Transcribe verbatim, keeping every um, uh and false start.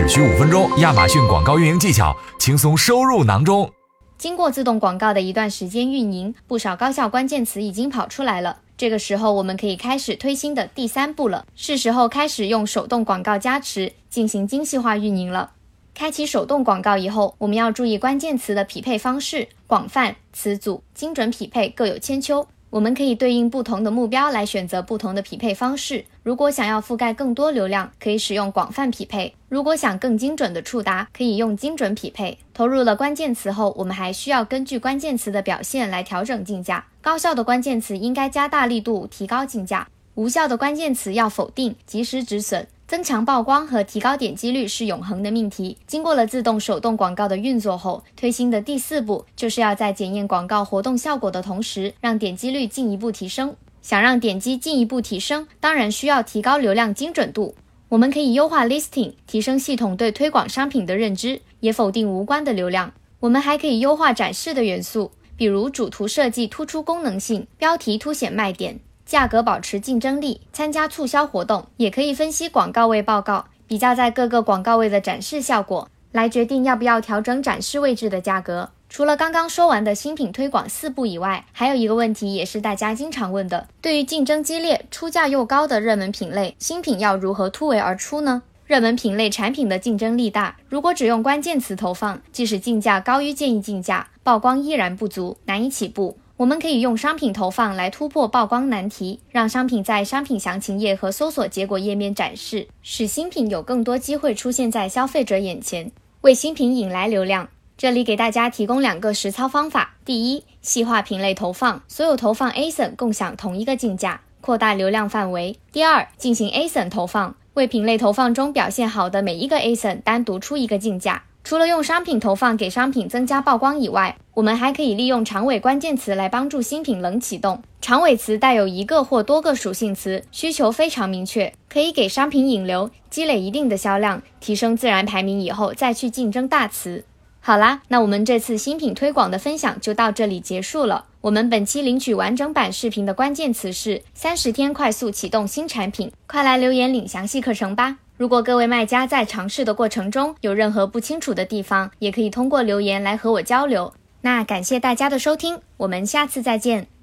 需五分钟，亚马逊广告运营技巧轻松收入囊中。 经过自动广告的一段时间运营，不少高效关键词已经跑出来了。这个时候我们可以开始推新的第三步了，是时候开始用手动广告加持进行精细化运营了。开启手动广告以后，我们要注意关键词的匹配方式，广泛、词组、精准匹配各有千秋。我们可以对应不同的目标来选择不同的匹配方式。如果想要覆盖更多流量，可以使用广泛匹配；如果想更精准的触达，可以用精准匹配。投入了关键词后，我们还需要根据关键词的表现来调整竞价。高效的关键词应该加大力度提高竞价，无效的关键词要否定，及时止损。增强曝光和提高点击率是永恒的命题。经过了自动手动广告的运作后，推新的第四步就是要在检验广告活动效果的同时，让点击率进一步提升。想让点击进一步提升，当然需要提高流量精准度。我们可以优化 listing， 提升系统对推广商品的认知，也否定无关的流量。我们还可以优化展示的元素，比如主图设计突出功能性，标题凸显卖点，价格保持竞争力，参加促销活动。也可以分析广告位报告，比较在各个广告位的展示效果，来决定要不要调整展示位置的价格。除了刚刚说完的新品推广四步以外，还有一个问题也是大家经常问的，对于竞争激烈、出价又高的热门品类，新品要如何突围而出呢？热门品类产品的竞争力大，如果只用关键词投放，即使竞价高于建议竞价，曝光依然不足，难以起步。我们可以用商品投放来突破曝光难题，让商品在商品详情页和搜索结果页面展示，使新品有更多机会出现在消费者眼前，为新品引来流量。这里给大家提供两个实操方法。第一，细化品类投放，所有投放 A S I N 共享同一个竞价，扩大流量范围。第二，进行 A S I N 投放，为品类投放中表现好的每一个 A S I N 单独出一个竞价。除了用商品投放给商品增加曝光以外，我们还可以利用长尾关键词来帮助新品冷启动。长尾词带有一个或多个属性词，需求非常明确，可以给商品引流，积累一定的销量，提升自然排名以后再去竞争大词。好啦，那我们这次新品推广的分享就到这里结束了。我们本期领取完整版视频的关键词是三十天快速启动新产品，快来留言领详细课程吧。如果各位卖家在尝试的过程中有任何不清楚的地方，也可以通过留言来和我交流。那感谢大家的收听，我们下次再见。